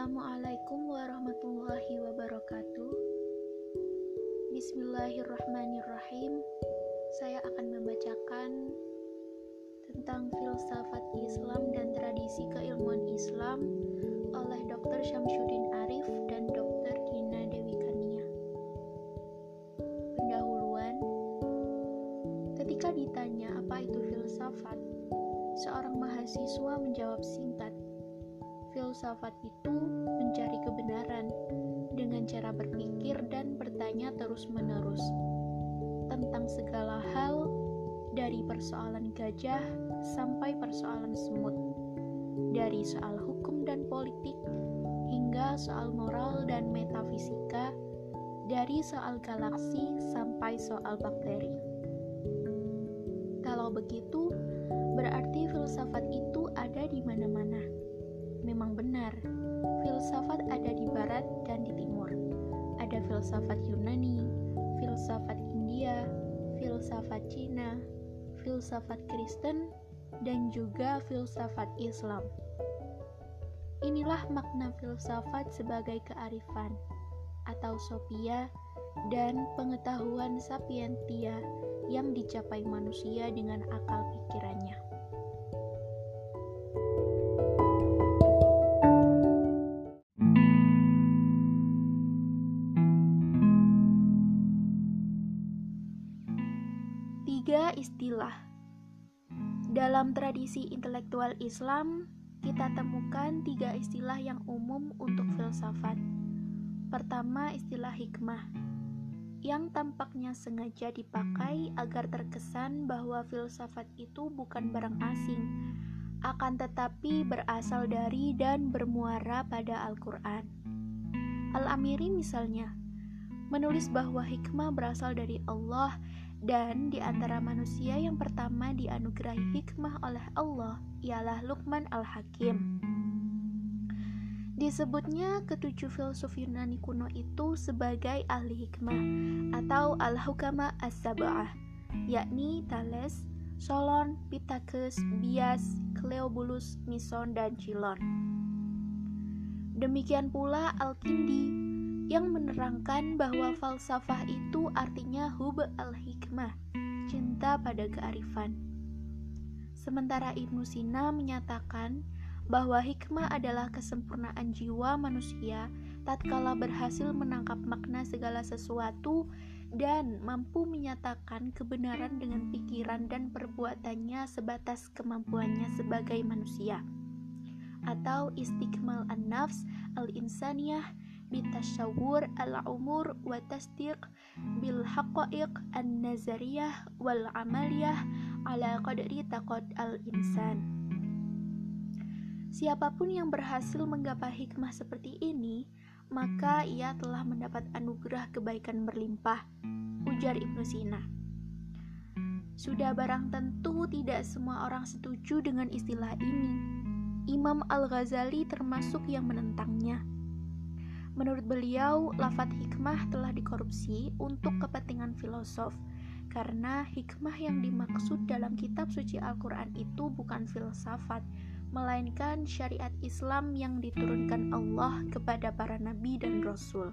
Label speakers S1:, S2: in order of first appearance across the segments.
S1: Assalamualaikum warahmatullahi wabarakatuh. Bismillahirrahmanirrahim. Saya akan membacakan tentang filsafat Islam dan tradisi keilmuan Islam oleh Dr. Syamsuddin Arif dan Dr. Gina Dewi Kania. Pendahuluan. Ketika ditanya apa itu filsafat, seorang mahasiswa menjawab singkat, filsafat itu mencari kebenaran dengan cara berpikir dan bertanya terus-menerus tentang segala hal, dari persoalan gajah sampai persoalan semut, dari soal hukum dan politik hingga soal moral dan metafisika, dari soal galaksi sampai soal bakteri. Kalau begitu, berarti filsafat itu ada di mana-mana. Memang benar, filsafat ada di barat dan di timur. Ada filsafat Yunani, filsafat India, filsafat Cina, filsafat Kristen, dan juga filsafat Islam. Inilah makna filsafat sebagai kearifan atau sophia dan pengetahuan sapientia yang dicapai manusia dengan akal pikirannya. Tiga istilah. Dalam tradisi intelektual Islam, kita temukan tiga istilah yang umum untuk filsafat. Pertama, istilah hikmah, yang tampaknya sengaja dipakai agar terkesan bahwa filsafat itu bukan barang asing, akan tetapi berasal dari dan bermuara pada Al-Quran. Al-Amiri misalnya, menulis bahwa hikmah berasal dari Allah, dan di antara manusia yang pertama dianugerahi hikmah oleh Allah ialah Luqman Al-Hakim. Disebutnya ketujuh filsuf Yunani kuno itu sebagai ahli hikmah atau al-hukama as-sab'ah, yakni Thales, Solon, Pittacus, Bias, Cleobulus, Mison, dan Chilon. Demikian pula Al-Kindi yang menerangkan bahwa falsafah itu artinya hub al-hikmah, cinta pada kearifan. Sementara Ibnu Sina menyatakan bahwa hikmah adalah kesempurnaan jiwa manusia tatkala berhasil menangkap makna segala sesuatu dan mampu menyatakan kebenaran dengan pikiran dan perbuatannya sebatas kemampuannya sebagai manusia, atau istikmal an-nafs al-insaniyah bitashawur al-umur wa tasdiq bil haqa'iq an-nazariyah wal amaliyah ala qadri taqad al-insan. Siapapun yang berhasil menggapai hikmah seperti ini, maka ia telah mendapat anugerah kebaikan berlimpah, ujar Ibnu Sina. Sudah barang tentu tidak semua orang setuju dengan istilah ini. Imam Al-Ghazali termasuk yang menentangnya. Menurut beliau, lafadz hikmah telah dikorupsi untuk kepentingan filosof, karena hikmah yang dimaksud dalam kitab suci Al-Quran itu bukan filsafat, melainkan syariat Islam yang diturunkan Allah kepada para nabi dan rasul.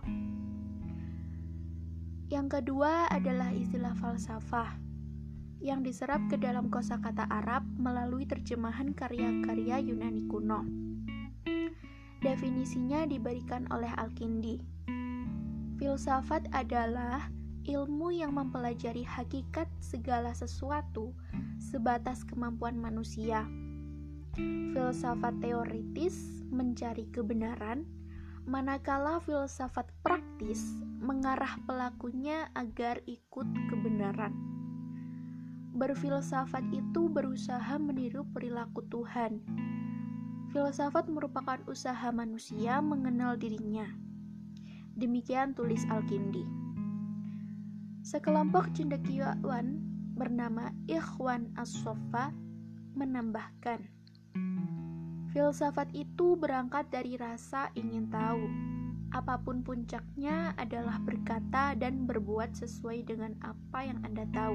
S1: Yang kedua adalah istilah falsafah, yang diserap ke dalam kosakata Arab melalui terjemahan karya-karya Yunani kuno. Definisinya diberikan oleh Al-Kindi. Filsafat adalah ilmu yang mempelajari hakikat segala sesuatu sebatas kemampuan manusia. Filsafat teoritis mencari kebenaran, manakala filsafat praktis mengarah pelakunya agar ikut kebenaran. Berfilsafat itu berusaha meniru perilaku Tuhan. Filsafat merupakan usaha manusia mengenal dirinya. Demikian tulis Al-Kindi. Sekelompok cendekiawan bernama Ikhwan As-Soffa menambahkan, filsafat itu berangkat dari rasa ingin tahu. Apapun puncaknya adalah berkata dan berbuat sesuai dengan apa yang Anda tahu.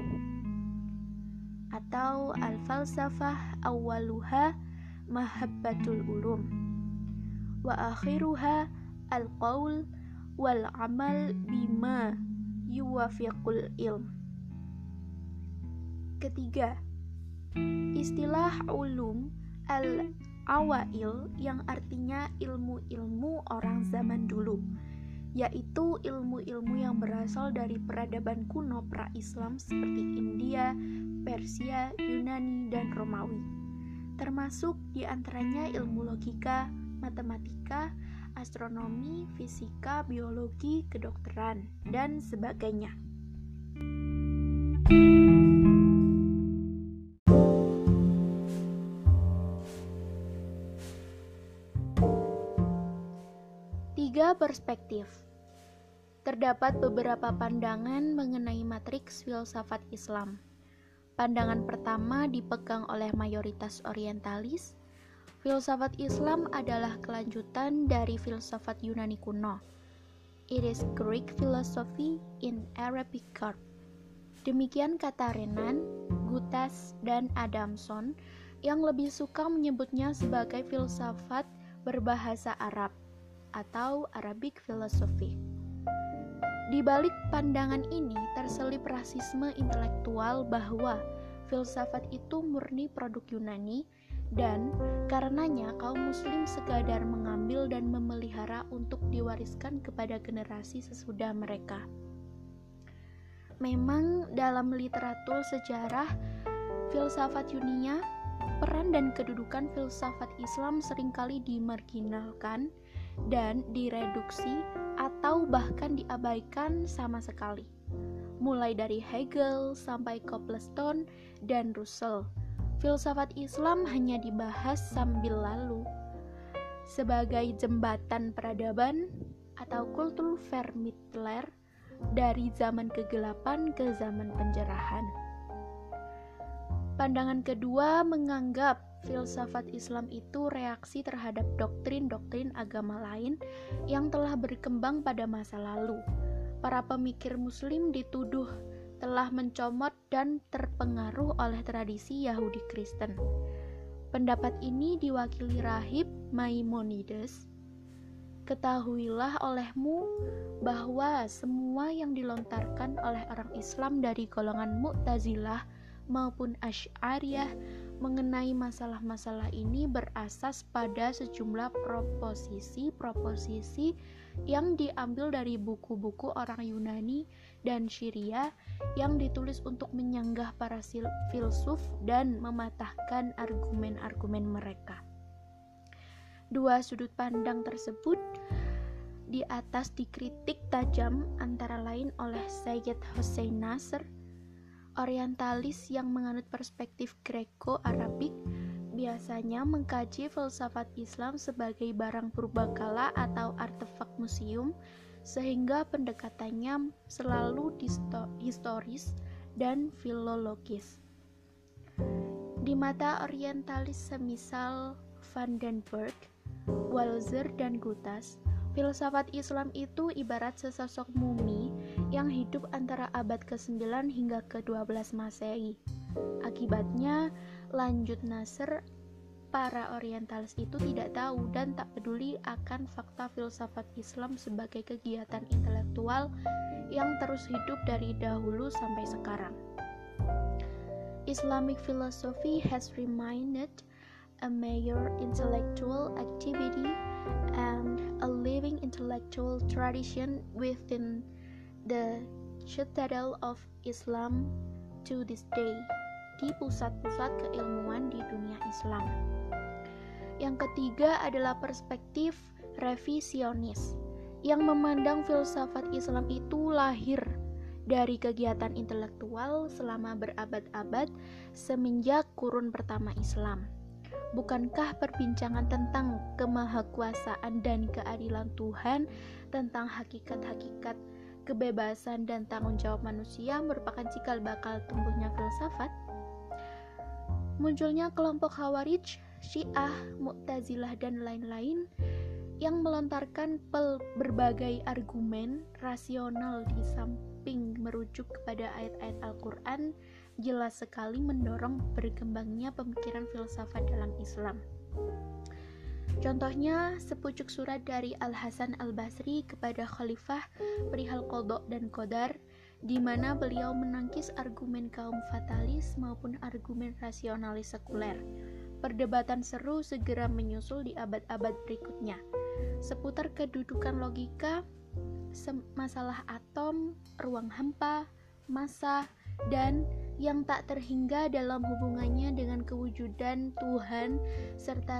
S1: Atau al-falsafah awwaluha mahabbatul ulum wa akhiruha al-qaul wal amal bima yuwafiqul ilm. Ketiga, istilah ulum al-awail yang artinya ilmu-ilmu orang zaman dulu, yaitu ilmu-ilmu yang berasal dari peradaban kuno pra-Islam seperti India, Persia, Yunani, dan Romawi. Termasuk diantaranya ilmu logika, matematika, astronomi, fisika, biologi, kedokteran, dan sebagainya. Tiga perspektif. Terdapat beberapa pandangan mengenai matriks filsafat Islam. Pandangan pertama dipegang oleh mayoritas orientalis. Filsafat Islam adalah kelanjutan dari filsafat Yunani kuno. It is Greek philosophy in Arabic garb. Demikian kata Renan, Gutas, dan Adamson yang lebih suka menyebutnya sebagai filsafat berbahasa Arab atau Arabic philosophy. Di balik pandangan ini terselip rasisme intelektual bahwa filsafat itu murni produk Yunani dan karenanya kaum muslim sekadar mengambil dan memelihara untuk diwariskan kepada generasi sesudah mereka. Memang dalam literatur sejarah filsafat Yunia, peran dan kedudukan filsafat Islam seringkali dimarginalkan dan direduksi atau bahkan diabaikan sama sekali. Mulai dari Hegel sampai Copleston dan Russell, filsafat Islam hanya dibahas sambil lalu sebagai jembatan peradaban atau Kulturvermittler dari zaman kegelapan ke zaman pencerahan. Pandangan kedua menganggap filsafat Islam itu reaksi terhadap doktrin-doktrin agama lain yang telah berkembang pada masa lalu. Para pemikir muslim dituduh telah mencomot dan terpengaruh oleh tradisi Yahudi Kristen. Pendapat ini diwakili rahib Maimonides. Ketahuilah olehmu bahwa semua yang dilontarkan oleh orang Islam dari golongan Mu'tazilah maupun Asy'ariyah mengenai masalah-masalah ini berasas pada sejumlah proposisi yang diambil dari buku-buku orang Yunani dan Syria yang ditulis untuk menyanggah para filsuf dan mematahkan argumen-argumen mereka. Dua sudut pandang tersebut di atas dikritik tajam antara lain oleh Sayyid Hossein Nasr, orientalis yang menganut perspektif Greko-Arabik, biasanya mengkaji filsafat Islam sebagai barang purbakala atau artefak museum, sehingga pendekatannya selalu historis dan filologis. Di mata orientalis semisal Van den Berg, Walzer, dan Gutas, filsafat Islam itu ibarat sesosok mumi yang hidup antara abad ke-9 hingga ke-12 Masehi. Akibatnya, lanjut Nasr, para orientalis itu tidak tahu dan tak peduli akan fakta filsafat Islam sebagai kegiatan intelektual yang terus hidup dari dahulu sampai sekarang. Islamic philosophy has remained a major intellectual activity and a living intellectual tradition within the citadel of Islam to this day, di pusat-pusat keilmuan di dunia Islam. Yang ketiga adalah perspektif revisionis yang memandang filsafat Islam itu lahir dari kegiatan intelektual selama berabad-abad semenjak kurun pertama Islam. Bukankah perbincangan tentang kemahakuasaan dan keadilan Tuhan, tentang hakikat-hakikat kebebasan dan tanggung jawab manusia merupakan cikal bakal tumbuhnya filsafat? Munculnya kelompok Khawarij, Syiah, Mu'tazilah, dan lain-lain yang melontarkan berbagai argumen rasional di samping merujuk kepada ayat-ayat Al-Quran jelas sekali mendorong berkembangnya pemikiran filsafat dalam Islam. Contohnya sepucuk surat dari Al-Hasan Al-Basri kepada Khalifah perihal qadha dan qadar, di mana beliau menangkis argumen kaum fatalis maupun argumen rasionalis sekuler. Perdebatan seru segera menyusul di abad-abad berikutnya seputar kedudukan logika, masalah atom, ruang hampa, massa, dan yang tak terhingga dalam hubungannya dengan kewujudan Tuhan serta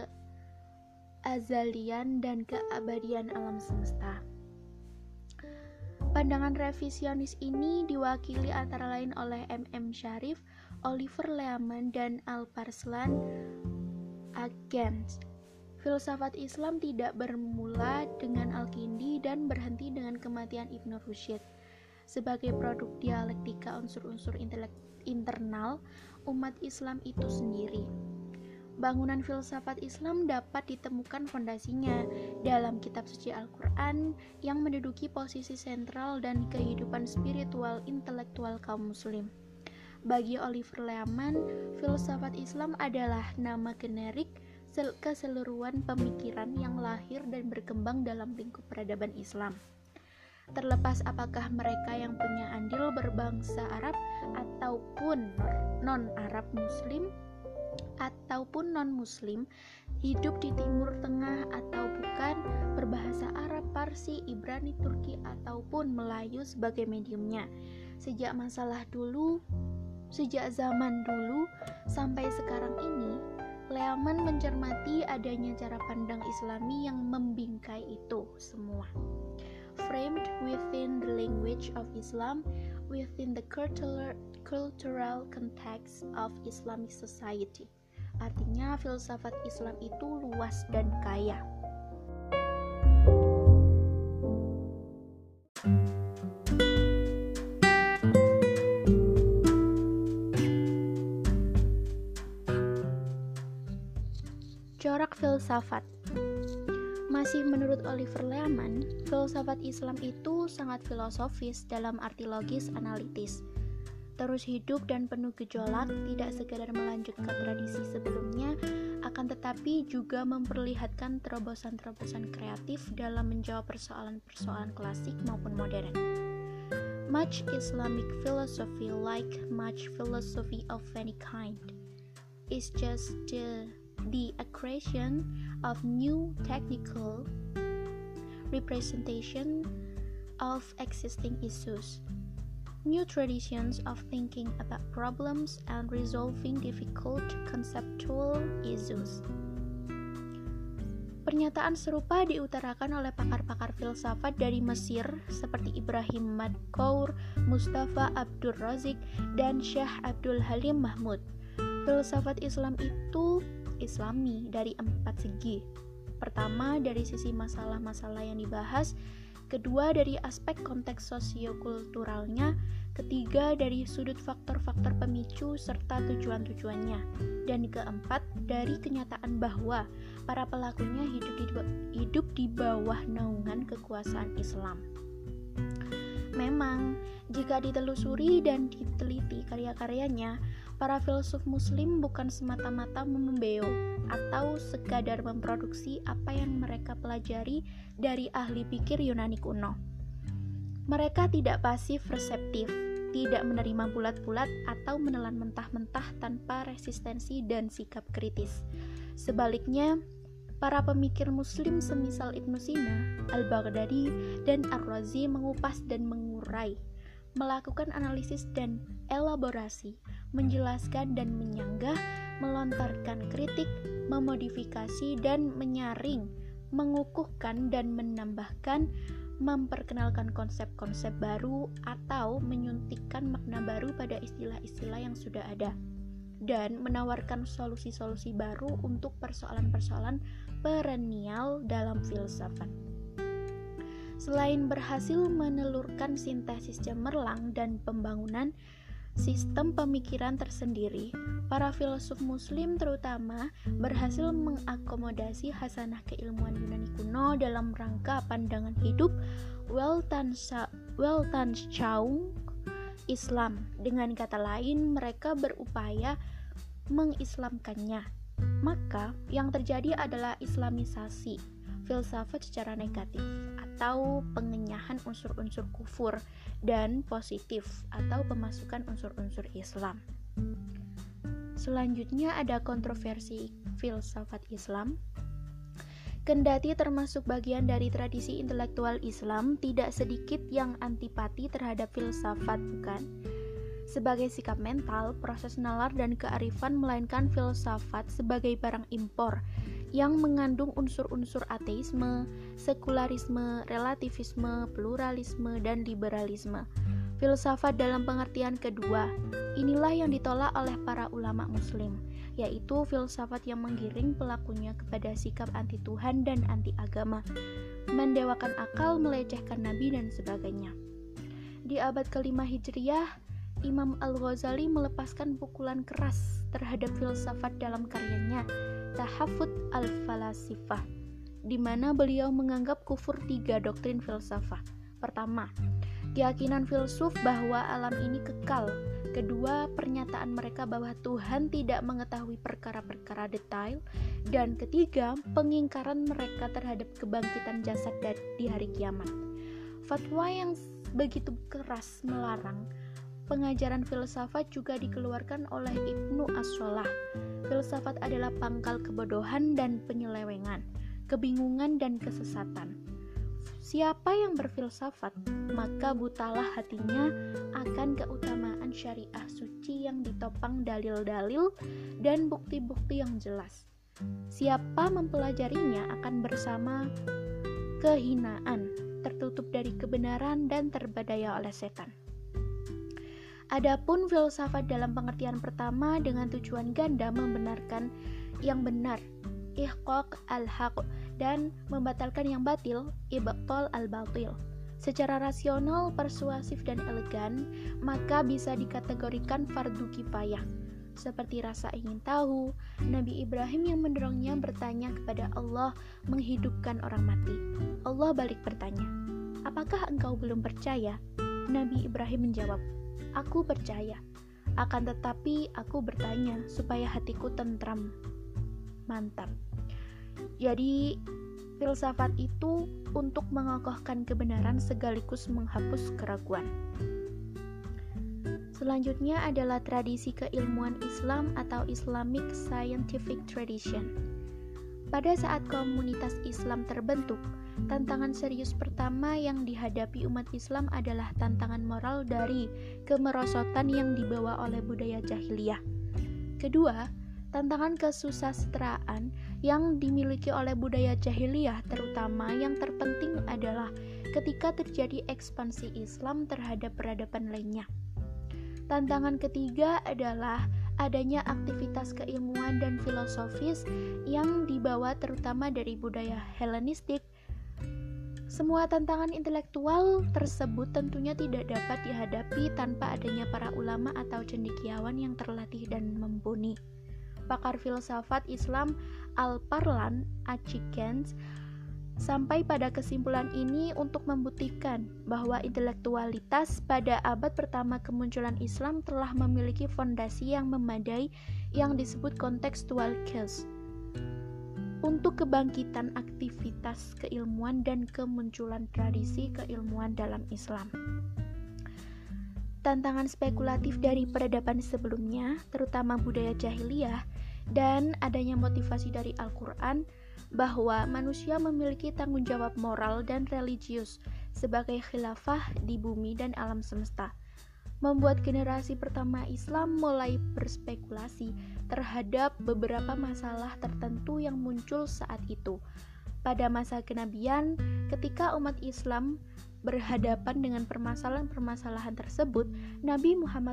S1: keazalian dan keabadian alam semesta. Pandangan revisionis ini diwakili antara lain oleh M.M. Sharif, Oliver Leaman, dan Alparslan Against. Filsafat Islam tidak bermula dengan Al-Kindi dan berhenti dengan kematian Ibn Rushd. Sebagai produk dialektika unsur-unsur internal umat Islam itu sendiri. Bangunan filsafat Islam dapat ditemukan fondasinya dalam kitab suci Al-Quran yang menduduki posisi sentral dan kehidupan spiritual intelektual kaum muslim. Bagi Oliver Leaman, filsafat Islam adalah nama generik keseluruhan pemikiran yang lahir dan berkembang dalam lingkup peradaban Islam. Terlepas apakah mereka yang punya andil berbangsa Arab ataupun non-Arab Muslim ataupun non-Muslim, hidup di Timur Tengah atau bukan, berbahasa Arab, Parsi, Ibrani, Turki ataupun Melayu sebagai mediumnya. Sejak zaman dulu sampai sekarang ini, Leaman mencermati adanya cara pandang Islami yang membingkai itu semua. Framed within the language of Islam, within the cultural context of Islamic society. Artinya filsafat Islam itu luas dan kaya. Corak filsafat. Masih menurut Oliver Leaman, filsafat Islam itu sangat filosofis dalam arti logis analitis. Terus hidup dan penuh gejolak, tidak sekadar melanjutkan tradisi sebelumnya, akan tetapi juga memperlihatkan terobosan-terobosan kreatif dalam menjawab persoalan-persoalan klasik maupun modern. Much Islamic philosophy, like much philosophy of any kind, is just the accretion of new technical representation of existing issues, new traditions of thinking about problems and resolving difficult conceptual issues. Pernyataan serupa diutarakan oleh pakar-pakar filsafat dari Mesir seperti Ibrahim Madkour, Mustafa Abdur Razik, dan Syekh Abdul Halim Mahmud. Filsafat Islam itu Islami dari 4 segi. Pertama, dari sisi masalah-masalah yang dibahas. Kedua, dari aspek konteks sosiokulturalnya. Ketiga, dari sudut faktor-faktor pemicu serta tujuan-tujuannya. Dan keempat, dari kenyataan bahwa para pelakunya hidup di bawah naungan kekuasaan Islam. Memang, jika ditelusuri dan diteliti karya-karyanya, para filsuf muslim bukan semata-mata membeo atau sekadar memproduksi apa yang mereka pelajari dari ahli pikir Yunani kuno. Mereka tidak pasif reseptif, tidak menerima bulat-bulat atau menelan mentah-mentah tanpa resistensi dan sikap kritis. Sebaliknya, para pemikir muslim semisal Ibnu Sina, Al-Baghdadi, dan Ar-Razi mengupas dan mengurai, melakukan analisis dan elaborasi, menjelaskan dan menyanggah, melontarkan kritik, memodifikasi dan menyaring, mengukuhkan dan menambahkan, memperkenalkan konsep-konsep baru atau menyuntikkan makna baru pada istilah-istilah yang sudah ada, dan menawarkan solusi-solusi baru untuk persoalan-persoalan perennial dalam filsafat. Selain berhasil menelurkan sintesis cemerlang dan pembangunan sistem pemikiran tersendiri, para filsuf muslim terutama berhasil mengakomodasi khasanah keilmuan Yunani kuno dalam rangka pandangan hidup Weltanschauung Islam. Dengan kata lain, mereka berupaya mengislamkannya. Maka yang terjadi adalah islamisasi filsafat secara negatif atau pengenyahan unsur-unsur kufur dan positif atau pemasukan unsur-unsur Islam. Selanjutnya ada kontroversi filsafat Islam. Kendati termasuk bagian dari tradisi intelektual Islam, tidak sedikit yang antipati terhadap filsafat, bukan? Sebagai sikap mental, proses nalar dan kearifan melainkan filsafat sebagai barang impor yang mengandung unsur-unsur ateisme, sekularisme, relativisme, pluralisme, dan liberalisme. Filsafat dalam pengertian kedua, inilah yang ditolak oleh para ulama muslim, yaitu filsafat yang menggiring pelakunya kepada sikap anti Tuhan dan anti agama, mendewakan akal, melecehkan nabi, dan sebagainya. Di abad ke-5 Hijriah, Imam Al-Ghazali melepaskan pukulan keras terhadap filsafat dalam karyanya Tahafut al-Falasifah, di mana beliau menganggap kufur 3 doktrin filsafat. Pertama, keyakinan filsuf bahwa alam ini kekal. Kedua, pernyataan mereka bahwa Tuhan tidak mengetahui perkara-perkara detail. Dan ketiga, pengingkaran mereka terhadap kebangkitan jasad di hari kiamat. Fatwa yang begitu keras melarang pengajaran filsafat juga dikeluarkan oleh Ibnu As-Shalah. Filsafat adalah pangkal kebodohan dan penyelewengan, kebingungan dan kesesatan. Siapa yang berfilsafat, maka butalah hatinya akan keutamaan syariah suci yang ditopang dalil-dalil dan bukti-bukti yang jelas. Siapa mempelajarinya akan bersama kehinaan, tertutup dari kebenaran dan terbadaya oleh setan. Adapun filsafat dalam pengertian pertama dengan tujuan ganda membenarkan yang benar, ihqaq al-haq, dan membatalkan yang batil, ibtal al-batil. Secara rasional, persuasif, dan elegan, maka bisa dikategorikan fardu kifayah. Seperti rasa ingin tahu, Nabi Ibrahim yang mendorongnya bertanya kepada Allah menghidupkan orang mati. Allah balik bertanya, "Apakah engkau belum percaya?" Nabi Ibrahim menjawab, "Aku percaya, akan tetapi aku bertanya supaya hatiku tentram." Mantap. Jadi, filsafat itu untuk mengokohkan kebenaran sekaligus menghapus keraguan. Selanjutnya adalah tradisi keilmuan Islam atau Islamic Scientific Tradition. Pada saat komunitas Islam terbentuk, tantangan serius pertama yang dihadapi umat Islam adalah tantangan moral dari kemerosotan yang dibawa oleh budaya jahiliyah. Kedua, tantangan kesusastraan yang dimiliki oleh budaya jahiliyah, terutama yang terpenting adalah ketika terjadi ekspansi Islam terhadap peradaban lainnya. Tantangan ketiga adalah adanya aktivitas keilmuan dan filosofis yang dibawa terutama dari budaya Helenistik. Semua tantangan intelektual tersebut tentunya tidak dapat dihadapi tanpa adanya para ulama atau cendekiawan yang terlatih dan mumpuni. Pakar filsafat Islam Al-Parlan Achikens sampai pada kesimpulan ini untuk membuktikan bahwa intelektualitas pada abad pertama kemunculan Islam telah memiliki fondasi yang memadai yang disebut contextual cause untuk kebangkitan aktivitas keilmuan dan kemunculan tradisi keilmuan dalam Islam. Tantangan spekulatif dari peradaban sebelumnya, terutama budaya jahiliyah, dan adanya motivasi dari Al-Quran bahwa manusia memiliki tanggung jawab moral dan religius sebagai khilafah di bumi dan alam semesta, membuat generasi pertama Islam mulai berspekulasi terhadap beberapa masalah tertentu yang muncul saat itu. Pada masa kenabian, ketika umat Islam berhadapan dengan permasalahan-permasalahan tersebut, Nabi Muhammad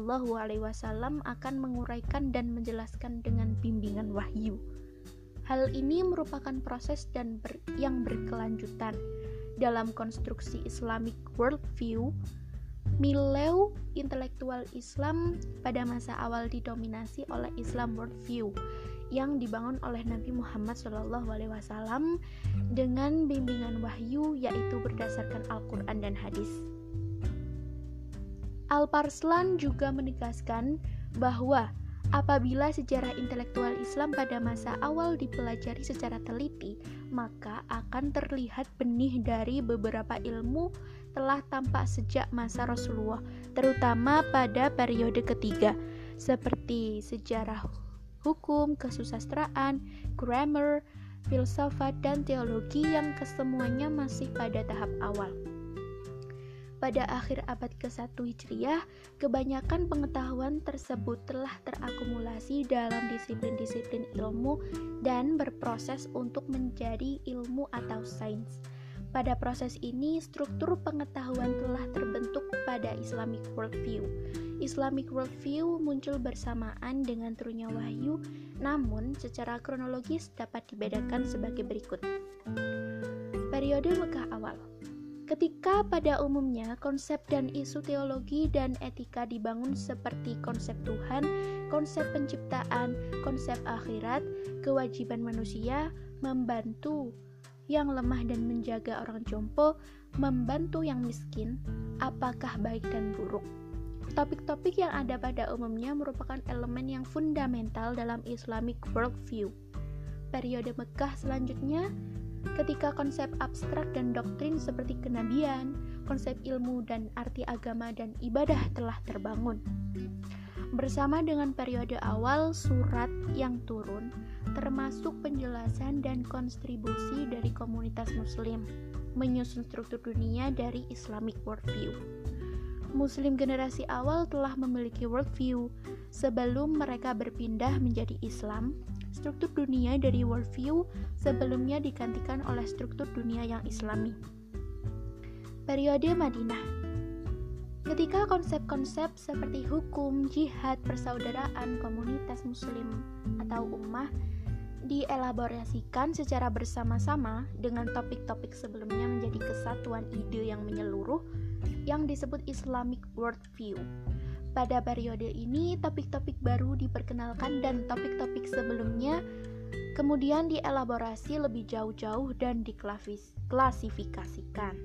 S1: SAW akan menguraikan dan menjelaskan dengan bimbingan wahyu. Hal ini merupakan proses yang berkelanjutan. Dalam konstruksi Islamic worldview, milieu intelektual Islam pada masa awal didominasi oleh Islam worldview yang dibangun oleh Nabi Muhammad SAW dengan bimbingan wahyu, yaitu berdasarkan Al-Quran dan hadis. Al-Parslan juga menegaskan bahwa Apabila sejarah intelektual Islam pada masa awal dipelajari secara teliti, maka akan terlihat benih dari beberapa ilmu telah tampak sejak masa Rasulullah, terutama pada periode ketiga, seperti sejarah hukum, kesusastraan, grammar, filsafat, dan teologi yang kesemuanya masih pada tahap awal. Pada akhir abad ke-1 Hijriah, kebanyakan pengetahuan tersebut telah terakumulasi dalam disiplin-disiplin ilmu dan berproses untuk menjadi ilmu atau sains. Pada proses ini, struktur pengetahuan telah terbentuk pada Islamic worldview. Islamic worldview muncul bersamaan dengan turunnya wahyu, namun secara kronologis dapat dibedakan sebagai berikut. Periode Mekah awal. Ketika pada umumnya konsep dan isu teologi dan etika dibangun seperti konsep Tuhan, konsep penciptaan, konsep akhirat, kewajiban manusia, membantu yang lemah dan menjaga orang jompo, membantu yang miskin, apakah baik dan buruk. Topik-topik yang ada pada umumnya merupakan elemen yang fundamental dalam Islamic worldview. Periode Mekah selanjutnya, ketika konsep abstrak dan doktrin seperti kenabian, konsep ilmu dan arti agama dan ibadah telah terbangun. Bersama dengan periode awal surat yang turun, termasuk penjelasan dan kontribusi dari komunitas muslim, menyusun struktur dunia dari Islamic worldview. Muslim generasi awal telah memiliki worldview. Sebelum mereka berpindah menjadi Islam, struktur dunia dari worldview sebelumnya digantikan oleh struktur dunia yang Islami. Periode Madinah. Ketika konsep-konsep seperti hukum, jihad, persaudaraan, komunitas muslim atau ummah dielaborasikan secara bersama-sama dengan topik-topik sebelumnya menjadi kesatuan ide yang menyeluruh yang disebut Islamic worldview. Pada periode ini, topik-topik baru diperkenalkan dan topik-topik sebelumnya kemudian dielaborasi lebih jauh-jauh dan diklasifikasikan.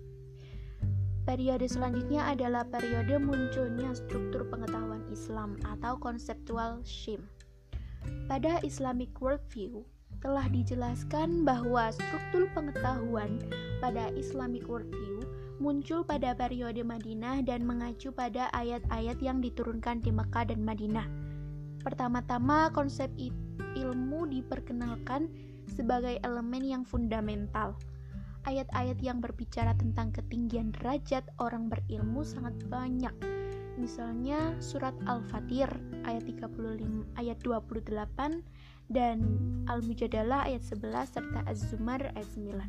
S1: Periode selanjutnya adalah periode munculnya struktur pengetahuan Islam atau conceptual shift. Pada Islamic worldview, telah dijelaskan bahwa struktur pengetahuan pada Islamic worldview muncul pada periode Madinah dan mengacu pada ayat-ayat yang diturunkan di Mekah dan Madinah. Pertama-tama, konsep ilmu diperkenalkan sebagai elemen yang fundamental. Ayat-ayat yang berbicara tentang ketinggian derajat orang berilmu sangat banyak. Misalnya surat Al-Fatir ayat 35 ayat 28 dan Al-Mujadalah ayat 11 serta Az-Zumar ayat 9.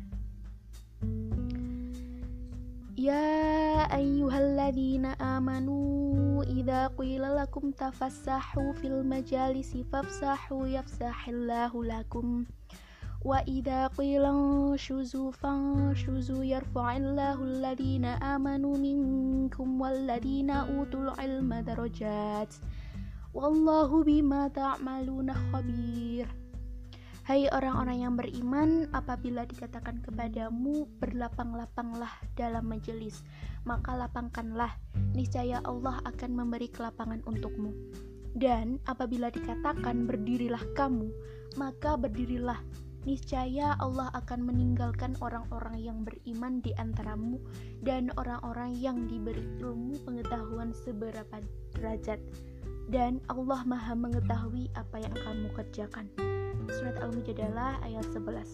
S1: Ya ayyuhalladzina amanu idza qila lakum tafassahu fil majalisi fafsahu yafsahillahu lakum wa idza qila shuzu fanshuzu yarfa'illahu alladzina amanu minkum walladzina utul ilma darajat wallahu bima ta'maluna khabir. Hai orang-orang yang beriman, apabila dikatakan kepadamu berlapang-lapanglah dalam majelis, maka lapangkanlah, niscaya Allah akan memberi kelapangan untukmu. Dan apabila dikatakan berdirilah kamu, maka berdirilah, niscaya Allah akan meninggalkan orang-orang yang beriman di antaramu dan orang-orang yang diberi ilmu pengetahuan seberapa derajat. Dan Allah Maha mengetahui apa yang kamu kerjakan. Surat Al-Mujadalah ayat 11.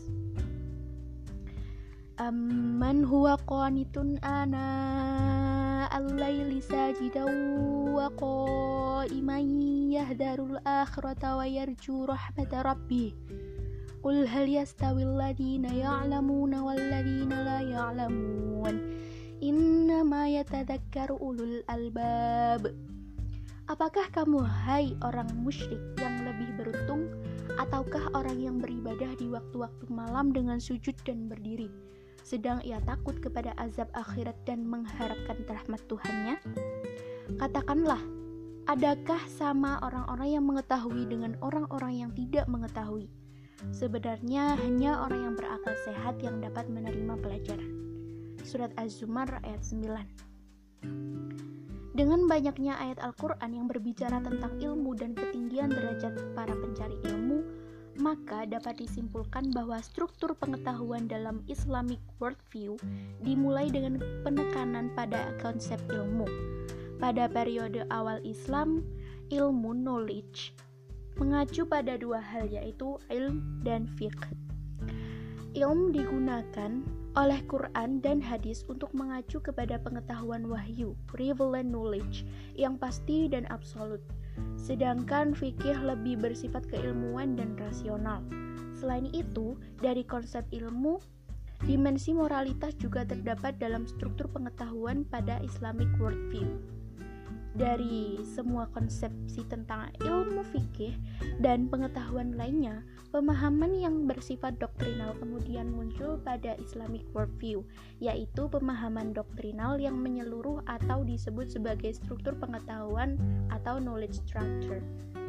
S1: Amman huwa qanitun ana al-laili sajidan wa qa'iman yahdarul akhirata wa yarju rahmata rabbih. Qul hal yastawil ladina ya'lamuna wal ladina la ya'lamun. Innama yatadhakkaru ulul albab. Apakah kamu, hai orang musyrik yang lebih beruntung, ataukah orang yang beribadah di waktu-waktu malam dengan sujud dan berdiri, sedang ia takut kepada azab akhirat dan mengharapkan rahmat Tuhannya? Katakanlah, adakah sama orang-orang yang mengetahui dengan orang-orang yang tidak mengetahui? Sebenarnya hanya orang yang berakal sehat yang dapat menerima pelajaran. Surat Az-Zumar ayat 9. Dengan banyaknya ayat Al-Quran yang berbicara tentang ilmu dan ketinggian derajat para pencari ilmu, maka dapat disimpulkan bahwa struktur pengetahuan dalam Islamic worldview dimulai dengan penekanan pada konsep ilmu. Pada periode awal Islam, ilmu knowledge mengacu pada dua hal, yaitu ilm dan fiqh. Ilm digunakan oleh Quran dan hadis untuk mengacu kepada pengetahuan wahyu, revealed knowledge, yang pasti dan absolut. Sedangkan fikih lebih bersifat keilmuan dan rasional. Selain itu, dari konsep ilmu, dimensi moralitas juga terdapat dalam struktur pengetahuan pada Islamic worldview. Dari semua konsepsi tentang ilmu fikih dan pengetahuan lainnya, pemahaman yang bersifat doktrinal kemudian muncul pada Islamic worldview, yaitu pemahaman doktrinal yang menyeluruh atau disebut sebagai struktur pengetahuan atau knowledge structure.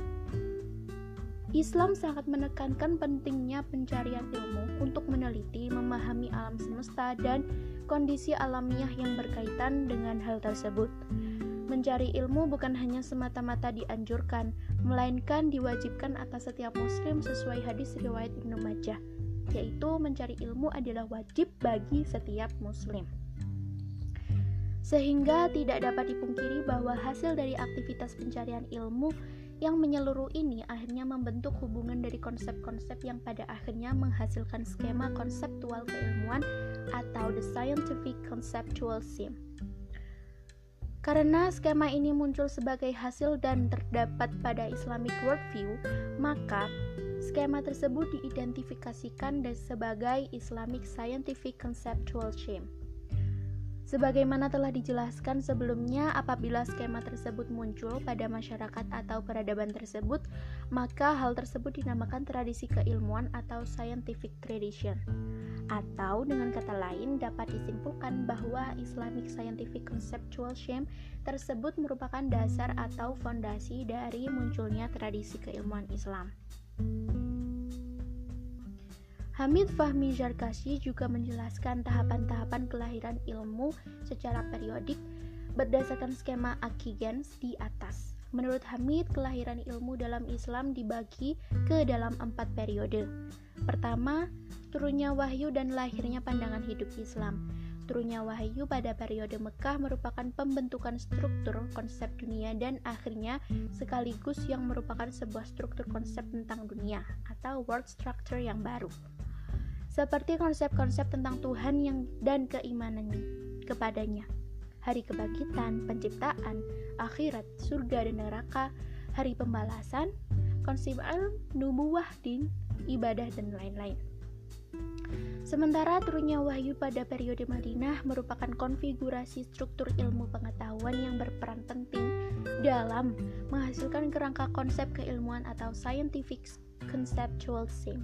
S1: Islam sangat menekankan pentingnya pencarian ilmu untuk meneliti, memahami alam semesta dan kondisi alamiah yang berkaitan dengan hal tersebut. Mencari ilmu bukan hanya semata-mata dianjurkan, melainkan diwajibkan atas setiap muslim sesuai hadis riwayat Ibnu Majah, yaitu mencari ilmu adalah wajib bagi setiap muslim. Sehingga tidak dapat dipungkiri bahwa hasil dari aktivitas pencarian ilmu yang menyeluruh ini akhirnya membentuk hubungan dari konsep-konsep yang pada akhirnya menghasilkan skema konseptual keilmuan atau the scientific conceptual scheme. Karena skema ini muncul sebagai hasil dan terdapat pada Islamic worldview, maka skema tersebut diidentifikasikan sebagai Islamic Scientific Conceptual Scheme. Sebagaimana telah dijelaskan sebelumnya, apabila skema tersebut muncul pada masyarakat atau peradaban tersebut, maka hal tersebut dinamakan tradisi keilmuan atau scientific tradition. Atau dengan kata lain dapat disimpulkan bahwa Islamic Scientific Conceptual Scheme tersebut merupakan dasar atau fondasi dari munculnya tradisi keilmuan Islam. Hamid Fahmi Zarkashi juga menjelaskan tahapan-tahapan kelahiran ilmu secara periodik berdasarkan skema Akigens di atas. Menurut Hamid, kelahiran ilmu dalam Islam dibagi ke dalam 4 periode. Pertama, turunnya wahyu dan lahirnya pandangan hidup Islam. Turunnya wahyu pada periode Mekah merupakan pembentukan struktur konsep dunia dan akhirnya sekaligus yang merupakan sebuah struktur konsep tentang dunia atau world structure yang baru. Seperti konsep-konsep tentang Tuhan dan keimanannya kepadanya, hari kebangkitan, penciptaan, akhirat, surga dan neraka, hari pembalasan, konsep nubuwah, din, ibadah dan lain-lain. Sementara turunnya wahyu pada periode Madinah merupakan konfigurasi struktur ilmu pengetahuan yang berperan penting dalam menghasilkan kerangka konsep keilmuan atau scientific conceptual scheme.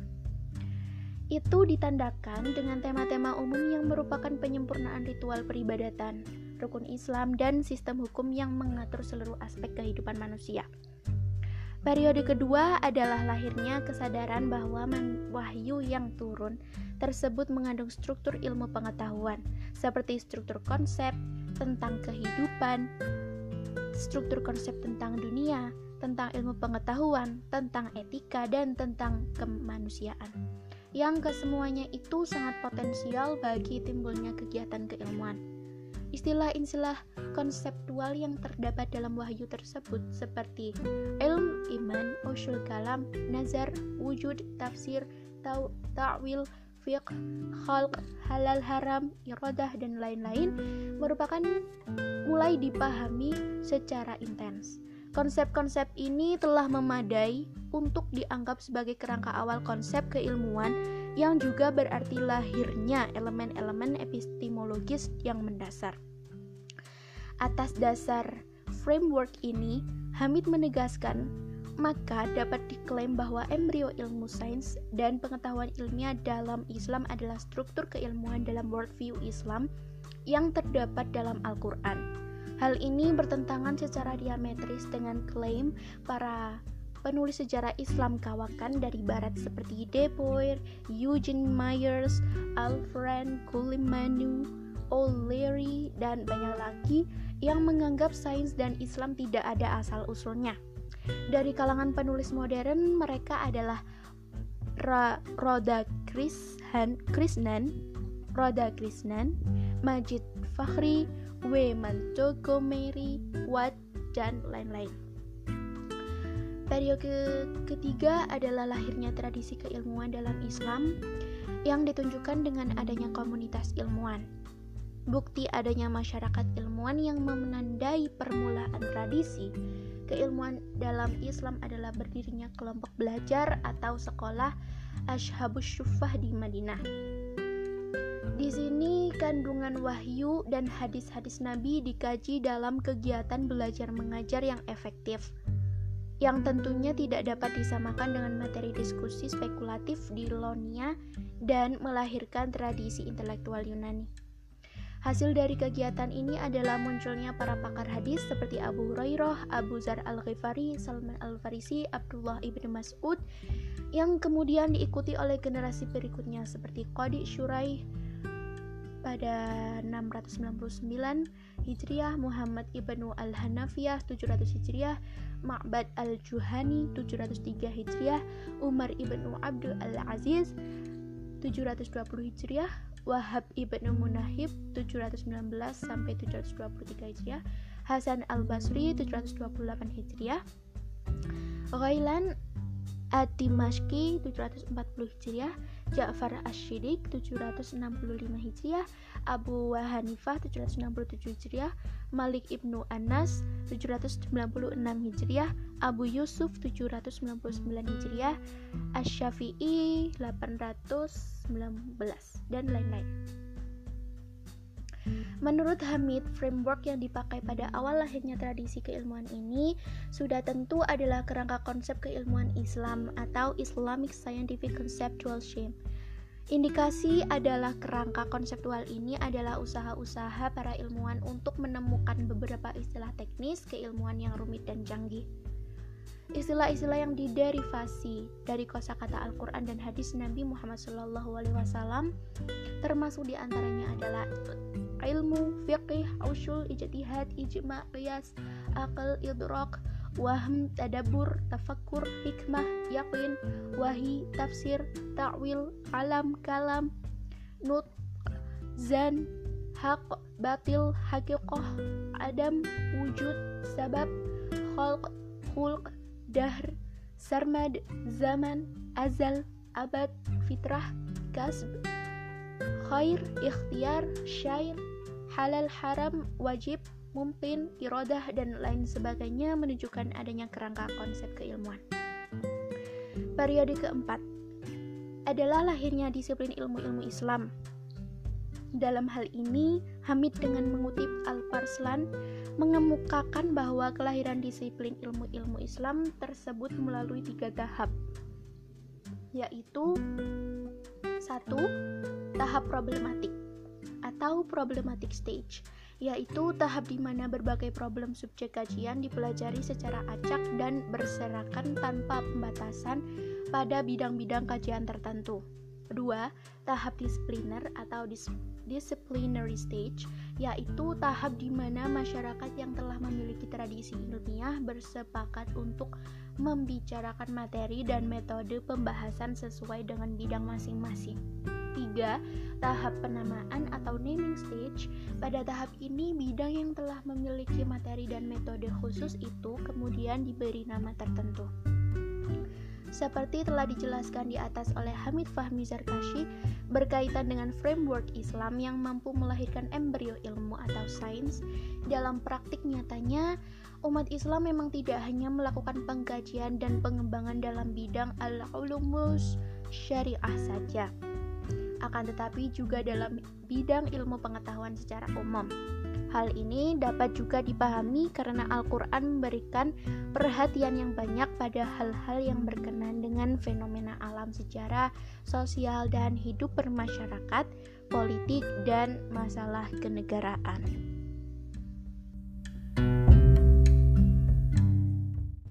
S1: Itu ditandakan dengan tema-tema umum yang merupakan penyempurnaan ritual peribadatan, rukun Islam, dan sistem hukum yang mengatur seluruh aspek kehidupan manusia. Periode kedua adalah lahirnya kesadaran bahwa wahyu yang turun tersebut mengandung struktur ilmu pengetahuan, seperti struktur konsep tentang kehidupan, struktur konsep tentang dunia, tentang ilmu pengetahuan, tentang etika, dan tentang kemanusiaan. Yang kesemuanya itu sangat potensial bagi timbulnya kegiatan keilmuan. Istilah-istilah konseptual yang terdapat dalam wahyu tersebut seperti ilm, iman, usul kalam, nazar, wujud, tafsir, ta'wil, fiqh, khalq, halal haram, iradah, dan lain-lain merupakan mulai dipahami secara intens. Konsep-konsep ini telah memadai untuk dianggap sebagai kerangka awal konsep keilmuan yang juga berarti lahirnya elemen-elemen epistemologis yang mendasar. Atas dasar framework ini, Hamid menegaskan, maka dapat diklaim bahwa embrio ilmu sains dan pengetahuan ilmiah dalam Islam adalah struktur keilmuan dalam worldview Islam yang terdapat dalam Al-Quran. Hal ini bertentangan secara diametris dengan klaim para penulis sejarah Islam kawakan dari barat seperti De Boer, Eugene Myers, Alfred Kulimanu, O'Leary, dan banyak lagi yang menganggap sains dan Islam tidak ada asal-usulnya. Dari kalangan penulis modern, mereka adalah Roda Krishnan, Majid Fakhri, W. Montgomery Watt, dan lain-lain. Periode ketiga adalah lahirnya tradisi keilmuan dalam Islam yang ditunjukkan dengan adanya komunitas ilmuwan. Bukti adanya masyarakat ilmuwan yang menandai permulaan tradisi keilmuan dalam Islam adalah berdirinya kelompok belajar atau sekolah Ashabus Shuffah di Madinah. Di sini kandungan wahyu dan hadis-hadis Nabi dikaji dalam kegiatan belajar mengajar yang efektif, yang tentunya tidak dapat disamakan dengan materi diskusi spekulatif di Lonia dan melahirkan tradisi intelektual Yunani. Hasil dari kegiatan ini adalah munculnya para pakar hadis seperti Abu Hurairah, Abu Dzar Al-Ghifari, Salman Al-Farisi, Abdullah ibn Mas'ud, yang kemudian diikuti oleh generasi berikutnya seperti Qadi Syuraih pada 699 Hijriah, Muhammad ibnu Al-Hanafiyah 700 Hijriah, Ma'bad Al-Juhani 703 Hijriah, Umar ibnu Abdul Al-Aziz 720 Hijriah, Wahab ibnu Munahib 719 sampai 723 Hijriah, Hasan Al-Basri 728 Hijriah, Ghailan Ad-Dimashqi 740 Hijriah, Ja'far Asy-Syidik 765 Hijriah, Abu Hanifah 767 Hijriah, Malik ibnu Anas 796 Hijriah, Abu Yusuf 799 Hijriah, Asy-Syafi'i 819 dan lain-lain. Menurut Hamid, framework yang dipakai pada awal lahirnya tradisi keilmuan ini sudah tentu adalah kerangka konsep keilmuan Islam atau Islamic Scientific Conceptual Scheme. Indikasi adalah kerangka konseptual ini adalah usaha-usaha para ilmuwan untuk menemukan beberapa istilah teknis keilmuan yang rumit dan canggih. Istilah-istilah yang diderivasi dari kosakata Al-Quran dan hadis Nabi Muhammad SAW termasuk diantaranya adalah ilmu, fiqih, usul, ijtihad, ijma', qiyas, aql, idrak, wahm, tadabbur, tafakkur, hikmah, yaqin, wahi, tafsir, ta'wil, alam, kalam, nut, zan, haq, batil, haqiqah, adam, wujud, sabab, khalq, khulq, dahr, sarmad, zaman, azal, abad, fitrah, kasb, khair, ikhtiar, syair, halal, haram, wajib, mumkin, iradah, dan lain sebagainya menunjukkan adanya kerangka konsep keilmuan. Periode keempat adalah lahirnya disiplin ilmu-ilmu Islam. Dalam hal ini, Hamid dengan mengutip Al-Farslan mengemukakan bahwa kelahiran disiplin ilmu-ilmu Islam tersebut melalui 3 tahap, yaitu 1. Tahap problematik atau problematic stage, yaitu tahap di mana berbagai problem subjek kajian dipelajari secara acak dan berserakan tanpa pembatasan pada bidang-bidang kajian tertentu. 2. Tahap disipliner atau disciplinary stage, yaitu tahap di mana masyarakat yang telah memiliki tradisi ilmiah bersepakat untuk membicarakan materi dan metode pembahasan sesuai dengan bidang masing-masing. 3. Tahap penamaan atau naming stage. Pada tahap ini, bidang yang telah memiliki materi dan metode khusus itu kemudian diberi nama tertentu. Seperti telah dijelaskan di atas oleh Hamid Fahmi Zarkashi, berkaitan dengan framework Islam yang mampu melahirkan embrio ilmu atau sains, dalam praktik nyatanya, umat Islam memang tidak hanya melakukan pengkajian dan pengembangan dalam bidang al-ulumus syariah saja, akan tetapi juga dalam bidang ilmu pengetahuan secara umum. Hal ini dapat juga dipahami karena Al-Quran memberikan perhatian yang banyak pada hal-hal yang berkenaan dengan fenomena alam secara sosial dan hidup bermasyarakat, politik, dan masalah kenegaraan.